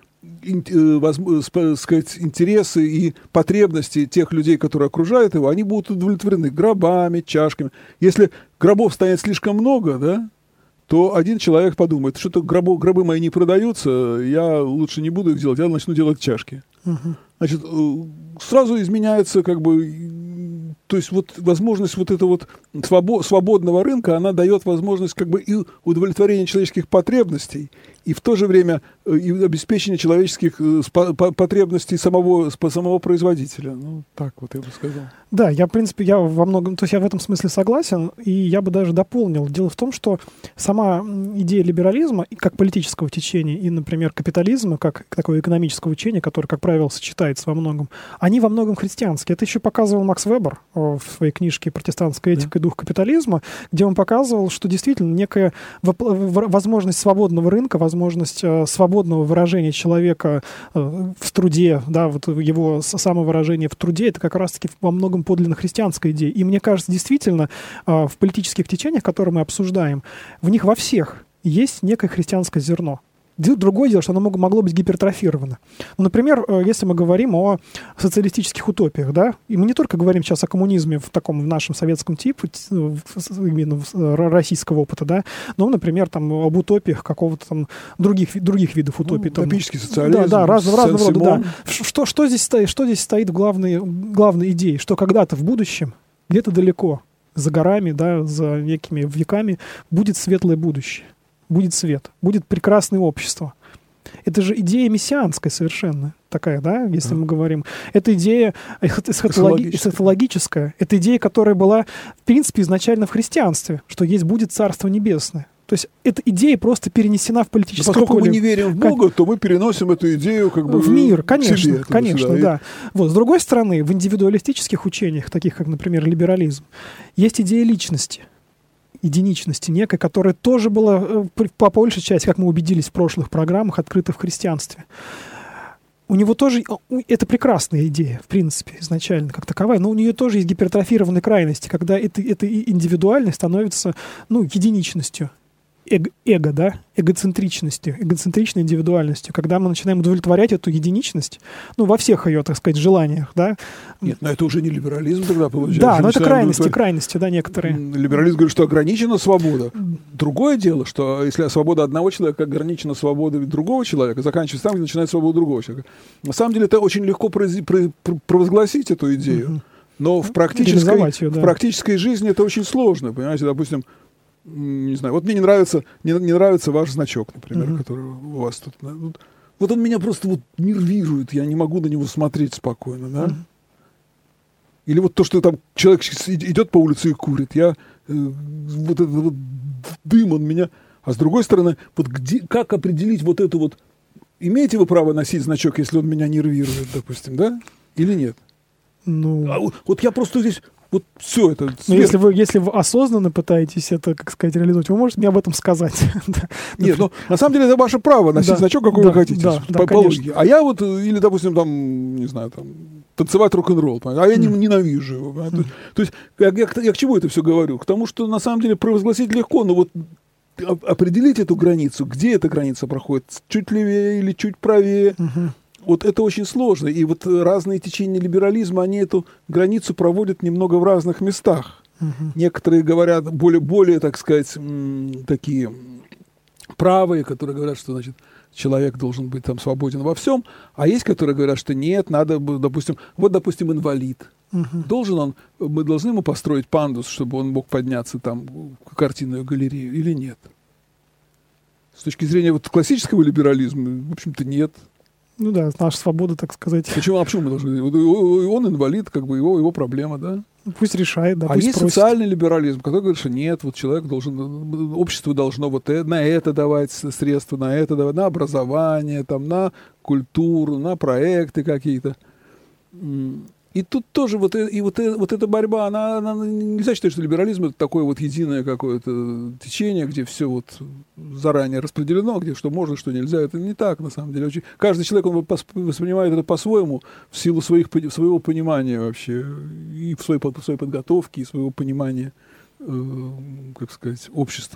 сказать, интересы и потребности тех людей, которые окружают его, они будут удовлетворены гробами, чашками. Если гробов станет слишком много, да, то один человек подумает, что-то гробы мои не продаются, я лучше не буду их делать, я начну делать чашки. Значит, сразу изменяется как бы, то есть вот возможность вот этого вот свободного рынка, она дает возможность как бы и удовлетворения человеческих потребностей, и в то же время и обеспечение человеческих потребностей самого производителя. Ну, так вот я бы сказал. Да, я, в принципе, я во многом, то есть я в этом смысле согласен, и я бы даже дополнил. Дело в том, что сама идея либерализма, как политического течения, и, например, капитализма, как такого экономического учения, которое, как правило, сочетается во многом, они во многом христианские. Это еще показывал Макс Вебер в своей книжке «Протестантская этика и дух капитализма», где он показывал, что действительно некая возможность свободного рынка, возможность свободного выражения человека в труде, да, вот его самовыражение в труде, это как раз-таки во многом подлинно христианская идея. И мне кажется, действительно, в политических течениях, которые мы обсуждаем, в них во всех есть некое христианское зерно. Другое дело, что оно могло быть гипертрофировано. Ну, например, если мы говорим о социалистических утопиях, да, и мы не только говорим сейчас о коммунизме в таком в нашем советском типе, именно российского опыта, да, но, например, там, об утопиях какого-то там других видов утопий. Ну, утопический социализм, да, разного рода, да. Что здесь стоит в главной идее? Что когда-то в будущем, где-то далеко, за горами, да, за некими веками, будет светлое будущее. Будет свет, будет прекрасное общество. Это же идея мессианская совершенно такая, да, если мы говорим. Это идея эсхатологическая. Это идея, которая была, в принципе, изначально в христианстве, что будет Царство Небесное. То есть эта идея просто перенесена в политическое поле. Поскольку мы не верим в Бога, то мы переносим эту идею как бы в мир, конечно, себе, конечно, да. Вот. С другой стороны, в индивидуалистических учениях, таких как, например, либерализм, есть идея личности. Единичности некой, которая тоже была, по большей части, как мы убедились в прошлых программах, открыта в христианстве. У него тоже, это прекрасная идея, в принципе, изначально, как таковая, но у нее тоже есть гипертрофированные крайности, когда эта индивидуальность становится, единичностью. Эго, да, эгоцентричностью, эгоцентричной индивидуальностью, когда мы начинаем удовлетворять эту единичность, во всех ее, так сказать, желаниях, да. Нет, но это уже не либерализм тогда получается. Да, но это крайности, да, некоторые. Либерализм говорит, что ограничена свобода. Другое дело, что если свобода одного человека ограничена свободой другого человека, заканчивается там, где начинается свобода другого человека. На самом деле это очень легко провозгласить эту идею, но в практической жизни это очень сложно, понимаете, допустим, не знаю, вот мне не нравится ваш значок, например, который у вас тут. Вот он меня просто нервирует, я не могу на него смотреть спокойно, да? Или вот то, что там человек идет по улице и курит, вот этот дым, он меня... А с другой стороны, как определить вот это вот... Имеете вы право носить значок, если он меня нервирует, допустим, да? Или нет? Вот я просто здесь... Вот все это. Если вы осознанно пытаетесь это, как сказать, реализовать, вы можете мне об этом сказать. Нет, на самом деле это ваше право носить значок, какой вы хотите. По логике. А я или, допустим, там, не знаю, там, танцевать рок-н-ролл, а я ненавижу его. То есть я к чему это все говорю? К тому, что на самом деле провозгласить легко, но вот определить эту границу, где эта граница проходит, чуть левее или чуть правее, вот это очень сложно. И вот разные течения либерализма, они эту границу проводят немного в разных местах. Некоторые говорят более, так сказать, такие правые, которые говорят, что, значит, человек должен быть там свободен во всем, а есть, которые говорят, что нет, надо, допустим, инвалид. Мы должны ему построить пандус, чтобы он мог подняться там в картинную галерею или нет? С точки зрения классического либерализма, в общем-то, нет. Ну да, наша свобода, так сказать. Почему мы должны? Он инвалид, как бы его проблема, да? Пусть решает, да, пусть есть просит. Социальный либерализм, который говорит, что нет, вот человек должен, общество должно на это давать средства, на это давать, на образование, там, на культуру, на проекты какие-то. И тут тоже вот эта борьба, она нельзя считать, что либерализм это такое вот единое какое-то течение, где все вот заранее распределено, где что можно, что нельзя. Это не так, на самом деле. Каждый человек, он воспринимает это по-своему, в силу своего понимания вообще, и в своей подготовке, и своего понимания, как сказать, общества.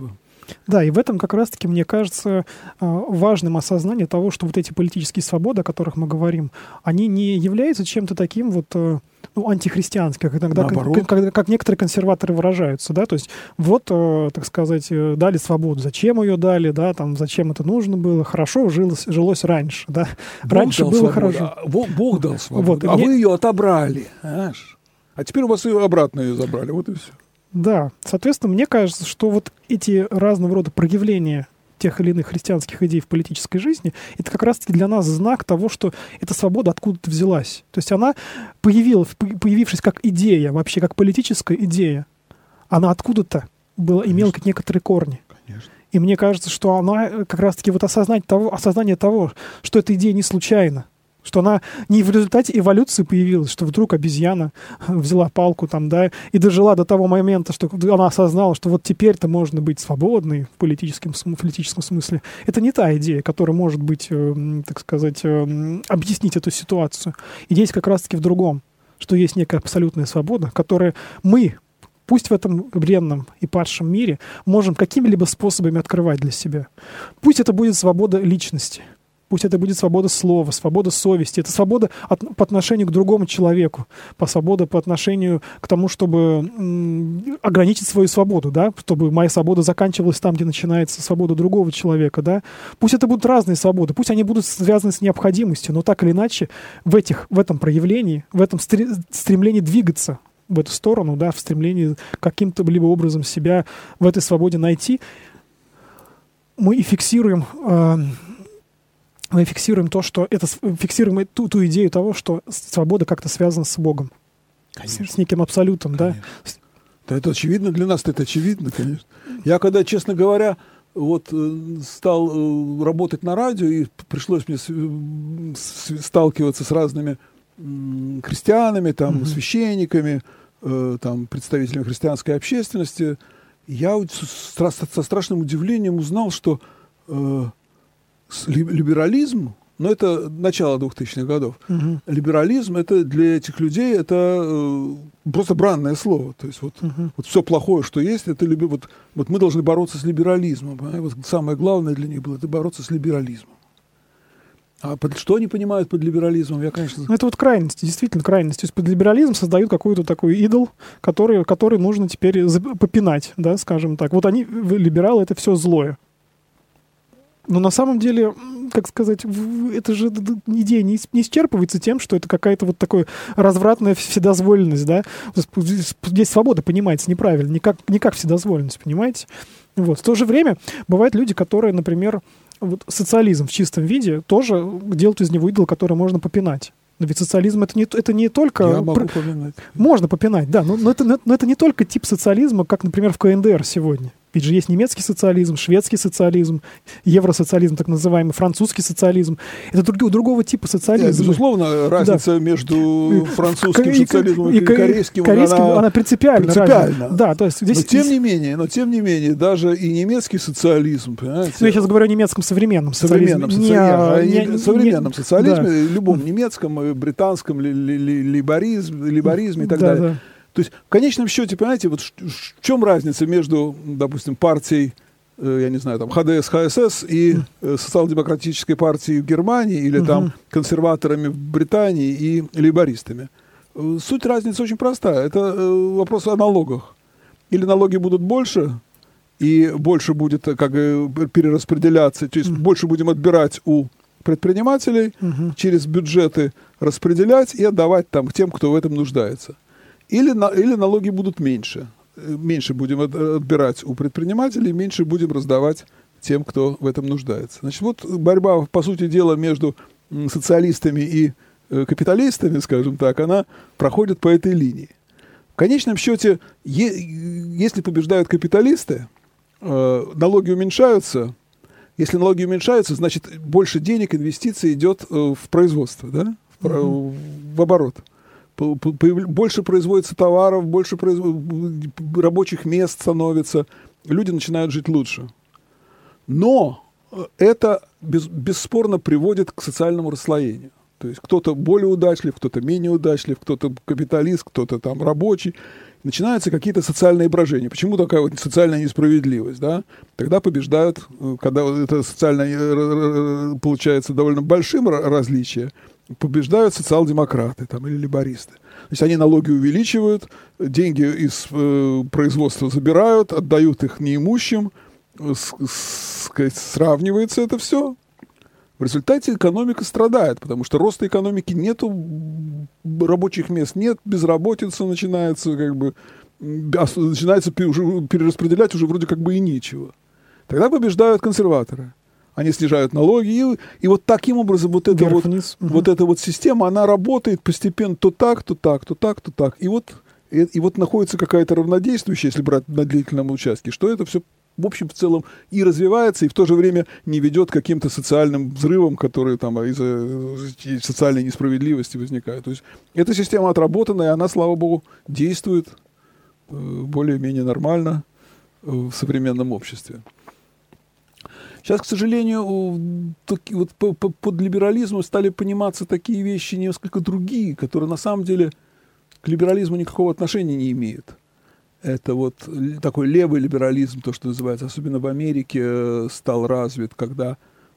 Да, и в этом как раз-таки, мне кажется, важным осознание того, что вот эти политические свободы, о которых мы говорим, они не являются чем-то таким вот антихристианским, как иногда, как некоторые консерваторы выражаются, да, то есть вот, так сказать, дали свободу, зачем ее дали, да, там, зачем это нужно было, хорошо жилось раньше, да, раньше было хорошо. Бог дал свободу, вот, вы ее отобрали, знаешь? А теперь у вас ее обратно забрали, вот и все. Да, соответственно, мне кажется, что вот эти разного рода проявления тех или иных христианских идей в политической жизни, это как раз-таки для нас знак того, что эта свобода откуда-то взялась. То есть она появившись как идея, вообще как политическая идея, она откуда-то имела некоторые корни. Конечно. И мне кажется, что она как раз-таки вот осознание того, что эта идея не случайна, что она не в результате эволюции появилась, что вдруг обезьяна взяла палку там, да, и дожила до того момента, что она осознала, что вот теперь-то можно быть свободной в политическом смысле. Это не та идея, которая может быть, так сказать, объяснить эту ситуацию. Идея как раз-таки в другом, что есть некая абсолютная свобода, которую мы, пусть в этом бренном и падшем мире, можем какими-либо способами открывать для себя. Пусть это будет свобода личности. Пусть это будет свобода слова, свобода совести. Это свобода по отношению к другому человеку, свобода по отношению к тому, чтобы ограничить свою свободу, да, чтобы моя свобода заканчивалась там, где начинается свобода другого человека. Да. Пусть это будут разные свободы, пусть они будут связаны с необходимостью, но так или иначе в этом проявлении, в этом стремлении двигаться в эту сторону, да, в стремлении каким-то либо образом себя в этой свободе найти, мы и фиксируем то, что фиксируем ту идею того, что свобода как-то связана с Богом, с неким абсолютом, конечно. Да? Да, это очевидно для нас, это очевидно, конечно. Я когда, честно говоря, вот стал работать на радио, и пришлось мне сталкиваться с разными христианами, там, священниками, там, представителями христианской общественности, я со страшным удивлением узнал, что либерализм, но это начало 2000-х годов, либерализм, это для этих людей это просто бранное слово. То есть вот все плохое, что есть, это вот мы должны бороться с либерализмом. Вот самое главное для них было это бороться с либерализмом. А что они понимают под либерализмом? Я, конечно... Это вот крайности, действительно крайности. То есть под либерализм создают какой-то такой идол, который нужно теперь попинать, да, скажем так. Вот они, либералы, это все злое. Но на самом деле, как сказать, это же идея не исчерпывается тем, что это какая-то вот такая развратная вседозволенность, да. Здесь свобода понимается неправильно, не как вседозволенность, понимаете? Вот. В то же время бывают люди, которые, например, вот социализм в чистом виде тоже делают из него идол, который можно попинать. Но ведь социализм это не только... Я могу попинать. Можно попинать, да, но это не только тип социализма, как, например, в КНДР сегодня. Ведь же есть немецкий социализм, шведский социализм, евросоциализм, так называемый, французский социализм. Это другого типа социализм. Безусловно, разница между французским социализмом и корейским, она принципиальна. Да, то есть здесь, но тем не менее, даже и немецкий социализм, понимаете? Я сейчас говорю о немецком современном социализме. Современном социализме, любом немецком, британском, либеризме и так далее. Да. То есть, в конечном счете, понимаете, вот в чем разница между, допустим, партией, я не знаю, там, ХДС, ХСС и социал-демократической партией в Германии или там консерваторами в Британии и лейбористами? Суть разницы очень простая. Это вопрос о налогах. Или налоги будут больше, и больше будет как перераспределяться, то есть больше будем отбирать у предпринимателей, через бюджеты распределять и отдавать там тем, кто в этом нуждается. Или налоги будут меньше. Меньше будем отбирать у предпринимателей, меньше будем раздавать тем, кто в этом нуждается. Значит, вот борьба, по сути дела, между социалистами и капиталистами, скажем так, она проходит по этой линии. В конечном счете, если побеждают капиталисты, налоги уменьшаются. Если налоги уменьшаются, значит, больше денег, инвестиций идет в производство, да? В оборот. Больше производится товаров, больше рабочих мест становится, люди начинают жить лучше. Но это бесспорно приводит к социальному расслоению. То есть кто-то более удачлив, кто-то менее удачлив, кто-то капиталист, кто-то там рабочий. Начинаются какие-то социальные брожения. Почему такая вот социальная несправедливость? Да? Тогда побеждают, когда вот это социальное получается довольно большим различие, побеждают социал-демократы там, или лейбористы. То есть они налоги увеличивают, деньги из производства забирают, отдают их неимущим, сравнивается это все. В результате экономика страдает, потому что роста экономики нету, рабочих мест нет, безработица начинается, как бы, начинается уже перераспределять уже вроде как бы и нечего. Тогда побеждают консерваторы. Они снижают налоги, и вот таким образом вот эта вот система, она работает постепенно то так, то так, то так, то так. И вот находится какая-то равнодействующая, если брать на длительном участке, что это все в общем, в целом и развивается, и в то же время не ведет к каким-то социальным взрывам, которые там из-за социальной несправедливости возникают. То есть эта система отработана, и она, слава богу, действует более-менее нормально в современном обществе. Сейчас, к сожалению, вот под либерализмом стали пониматься такие вещи несколько другие, которые на самом деле к либерализму никакого отношения не имеют. Это вот такой левый либерализм, то, что называется, особенно в Америке, стал развит, когда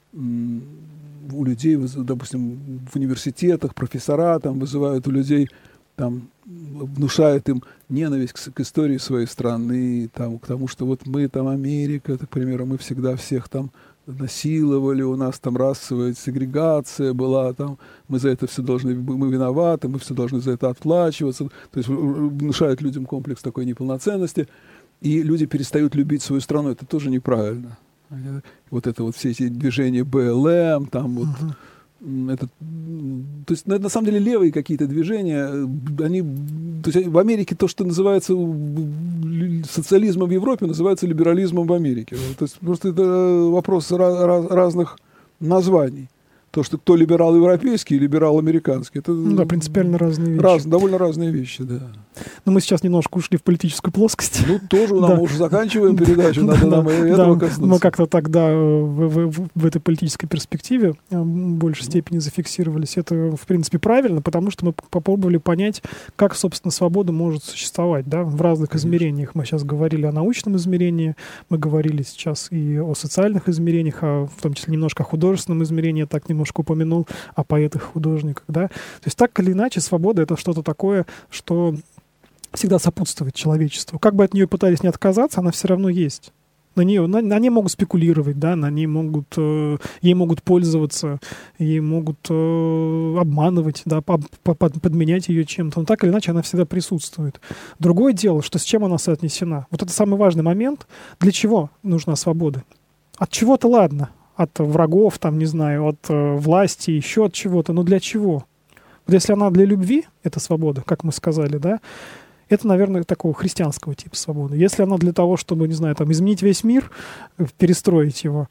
у людей, допустим, в университетах профессора там вызывают у людей, там, внушают им ненависть к истории своей страны, там, к тому, что вот мы там Америка, так, к примеру, мы всегда всех там насиловали, у нас там расовая сегрегация была, там, мы за это все должны, мы виноваты, мы все должны за это отплачиваться. То есть внушают людям комплекс такой неполноценности, и люди перестают любить свою страну. Это тоже неправильно. Вот это вот все эти движения БЛМ, там вот, это, то есть на самом деле левые какие-то движения, они, то есть в Америке то, что называется социализмом в Европе, называется либерализмом в Америке. То есть просто это вопрос разных названий. То, что кто либерал европейский и либерал американский, это принципиально разные вещи. Довольно разные вещи, да. Но мы сейчас немножко ушли в политическую плоскость. Ну, тоже мы уже заканчиваем передачу, надо нам этого коснуться. Мы как-то тогда в этой политической перспективе в большей степени зафиксировались. Это, в принципе, правильно, потому что мы попробовали понять, как, собственно, свобода может существовать, да, в разных измерениях. Мы сейчас говорили о научном измерении, мы говорили сейчас и о социальных измерениях, в том числе немножко о художественном измерении, я так немножко упомянул о поэтах, художниках, да. То есть так или иначе свобода — это что-то такое, что всегда сопутствует человечеству. Как бы от нее пытались не отказаться, она все равно есть. На ней могут спекулировать, да, ей могут пользоваться, ей могут обманывать, да, подменять ее чем-то. Но так или иначе она всегда присутствует. Другое дело, что с чем она соотнесена. Вот это самый важный момент. Для чего нужна свобода? От чего-то ладно. От врагов, там, не знаю, от власти, еще от чего-то. Но для чего? Вот если она для любви, это свобода, как мы сказали, да, это, наверное, такого христианского типа свободы. Если она для того, чтобы, не знаю, там, изменить весь мир, перестроить его,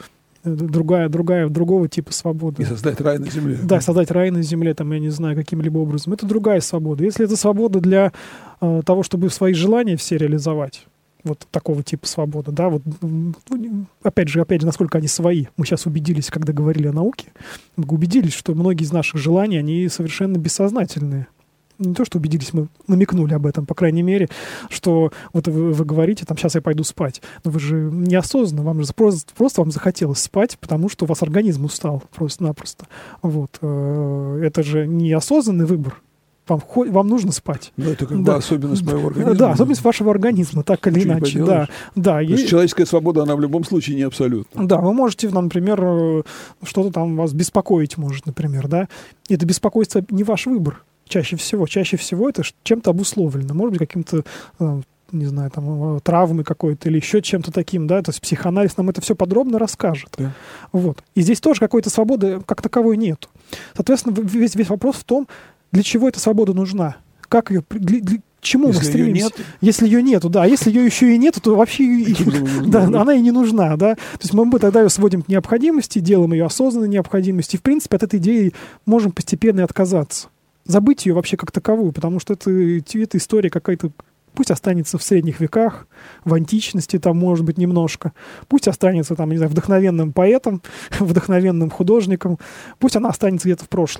другого типа свободы. И создать рай на земле. Да, создать рай на земле, там, я не знаю, каким-либо образом. Это другая свобода. Если это свобода для того, чтобы свои желания все реализовать, вот такого типа свободы, да, вот, опять же, насколько они свои. Мы сейчас убедились, когда говорили о науке, мы убедились, что многие из наших желаний, они совершенно бессознательные. Не то, что убедились, мы намекнули об этом, по крайней мере, что вот вы говорите, там, сейчас я пойду спать. Но вы же неосознанно, вам же просто вам захотелось спать, потому что у вас организм устал просто-напросто. Вот. Это же неосознанный выбор. Вам нужно спать. Ну, это как бы особенность моего организма. Да, особенность вашего организма, так или иначе. Да. То есть человеческая свобода, она в любом случае не абсолютна. Да, вы можете, например, что-то там вас беспокоить может, например, да. И это беспокойство не ваш выбор чаще всего. Чаще всего это чем-то обусловлено. Может быть, каким-то, не знаю, там, травмой какой-то или еще чем-то таким, да. То есть психоанализ нам это все подробно расскажет. Да. Вот. И здесь тоже какой-то свободы как таковой нету. Соответственно, весь вопрос в том, для чего эта свобода нужна? Как ее, к чему мы стремимся? Если ее нету, да. Если ее еще и нету, то вообще она и не нужна, да. То есть мы тогда ее сводим к необходимости, делаем ее осознанной необходимости. И, в принципе, от этой идеи можем постепенно отказаться. Забыть ее вообще как таковую, потому что это история какая-то, пусть останется в средних веках, в античности там, может быть, немножко. Пусть останется там, не знаю, вдохновенным поэтом, вдохновенным художником. Пусть она останется где-то в прошлом.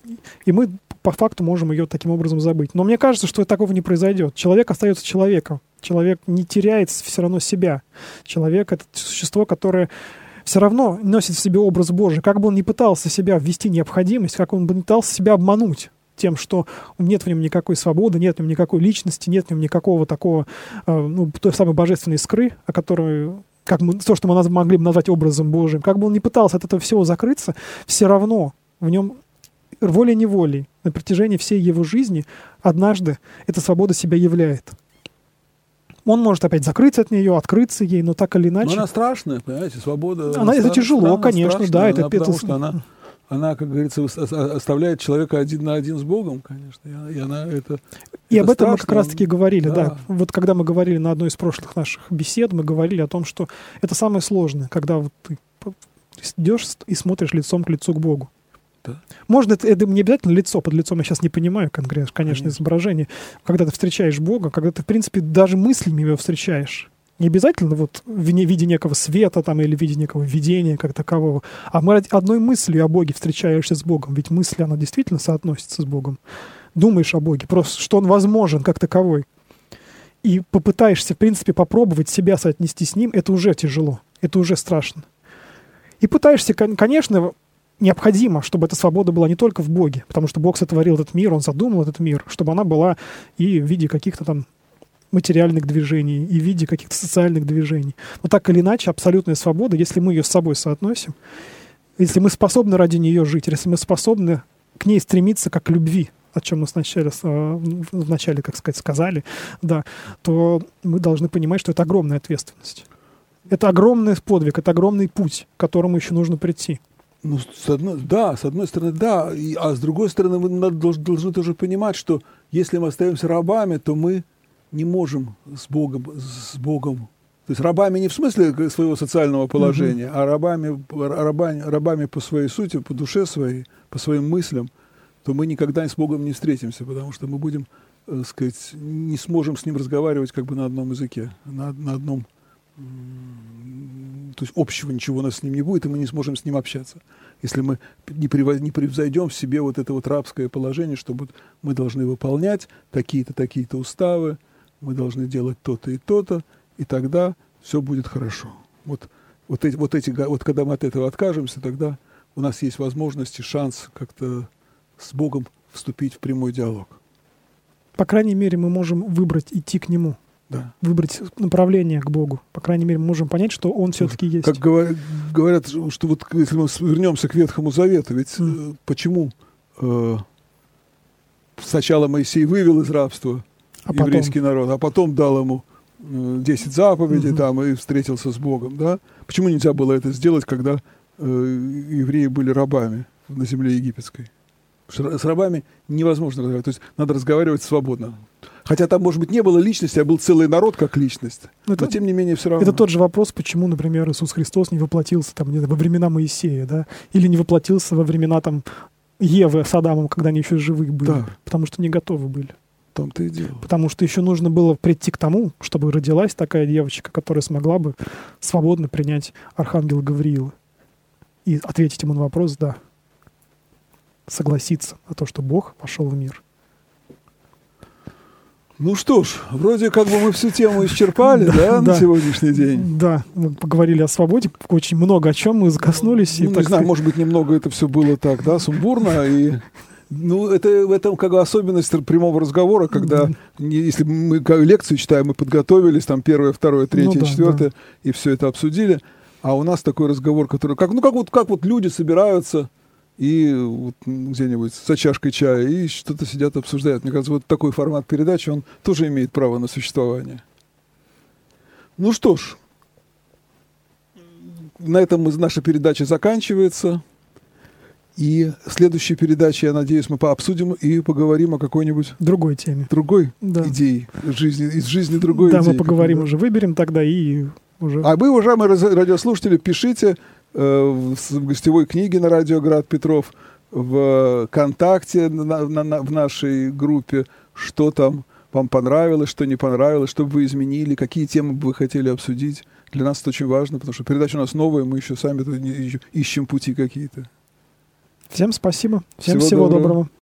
И мы по факту можем ее таким образом забыть. Но мне кажется, что такого не произойдет. Человек остается человеком. Человек не теряет все равно себя. Человек — это существо, которое все равно носит в себе образ Божий. Как бы он ни пытался себя ввести необходимость, как он бы не пытался себя обмануть тем, что нет в нем никакой свободы, нет в нем никакой личности, нет в нем никакого такого, той самой божественной искры, о которой, то, что мы могли бы назвать образом Божиим. Как бы он ни пытался от этого всего закрыться, все равно в нем волей-неволей на протяжении всей его жизни однажды эта свобода себя являет. Он может опять закрыться от нее, открыться ей, но так или иначе... Но она страшная, понимаете, свобода... Это тяжело, конечно, страшная, да. Потому что она, как говорится, оставляет человека один на один с Богом, конечно. И об этом страшно. мы как раз-таки говорили, да. Вот когда мы говорили на одной из прошлых наших бесед, мы говорили о том, что это самое сложное, когда вот ты идешь и смотришь лицом к лицу к Богу. Да. Можно, это не обязательно лицо, под лицом я сейчас не понимаю, конечно, изображение. Когда ты встречаешь Бога, когда ты, в принципе, даже мыслями его встречаешь. Не обязательно вот в виде некого света там, или в виде некого видения как такового, а одной мыслью о Боге встречаешься с Богом. Ведь мысль, она действительно соотносится с Богом. Думаешь о Боге, просто что Он возможен как таковой. И попытаешься, в принципе, попробовать себя соотнести с Ним, это уже тяжело, это уже страшно. И пытаешься, конечно, необходимо, чтобы эта свобода была не только в Боге, потому что Бог сотворил этот мир, Он задумал этот мир, чтобы она была и в виде каких-то там материальных движений, и в виде каких-то социальных движений. Но так или иначе, абсолютная свобода, если мы ее с собой соотносим, если мы способны ради нее жить, если мы способны к ней стремиться как к любви, о чем мы вначале, как сказать, сказали, да, то мы должны понимать, что это огромная ответственность. Это огромный подвиг, это огромный путь, к которому еще нужно прийти. Ну, с одной стороны, да, а с другой стороны, мы должны тоже понимать, что если мы остаемся рабами, то мы не можем с Богом, то есть рабами не в смысле своего социального положения, а рабами по своей сути, по душе своей, по своим мыслям, то мы никогда с Богом не встретимся, потому что мы будем, сказать, не сможем с Ним разговаривать как бы на одном языке, на одном... То есть общего ничего у нас с ним не будет, и мы не сможем с ним общаться. Если мы не превзойдем в себе вот это вот рабское положение, что мы должны выполнять такие-то уставы, мы должны делать то-то и то-то, и тогда все будет хорошо. Вот когда мы от этого откажемся, тогда у нас есть возможность и шанс как-то с Богом вступить в прямой диалог. По крайней мере, мы можем выбрать идти к Нему. Да. Выбрать направление к Богу. По крайней мере, мы можем понять, что Он все-таки есть. Как говорят, что вот если мы вернемся к Ветхому Завету, ведь почему сначала Моисей вывел из рабства еврейский народ, а потом дал ему 10 заповедей там, и встретился с Богом, да? Почему нельзя было это сделать, когда евреи были рабами на земле египетской? Потому что с рабами невозможно разговаривать. То есть надо разговаривать свободно. Хотя там, может быть, не было личности, а был целый народ как личность. Но тем не менее все равно. Это тот же вопрос, почему, например, Иисус Христос не воплотился там, во времена Моисея, да? Или не воплотился во времена там, Евы с Адамом, когда они еще живы были. Да. Потому что не готовы были. В том-то и дело. Потому что еще нужно было прийти к тому, чтобы родилась такая девочка, которая смогла бы свободно принять архангела Гавриила. И ответить ему на вопрос «да». Согласиться на то, что Бог вошел в мир. Ну что ж, вроде как бы мы всю тему исчерпали, да, на сегодняшний день. Да, мы поговорили о свободе, очень много о чем мы коснулись. Ну, не знаю, может быть, немного это все было так, да, сумбурно. И, это в этом как бы особенность прямого разговора, когда, если мы лекцию читаем, мы подготовились, там, 1, 2, 3, 4, и все это обсудили, а у нас такой разговор, который, как вот люди собираются, и вот где-нибудь за чашкой чая, и что-то сидят, обсуждают. Мне кажется, вот такой формат передачи, он тоже имеет право на существование. Ну что ж, на этом наша передача заканчивается. И в следующей передаче, я надеюсь, мы пообсудим и поговорим о какой-нибудь... другой теме. Другой идее. Из жизни другой идеи. Да, мы поговорим уже, выберем тогда и уже... А вы, уважаемые радиослушатели, пишите в гостевой книге на радио Град Петров, в ВКонтакте в нашей группе, что там вам понравилось, что не понравилось, что бы вы изменили, какие темы бы вы хотели обсудить. Для нас это очень важно, потому что передача у нас новая, мы еще сами ищем пути какие-то. Всем спасибо. Всем всего доброго.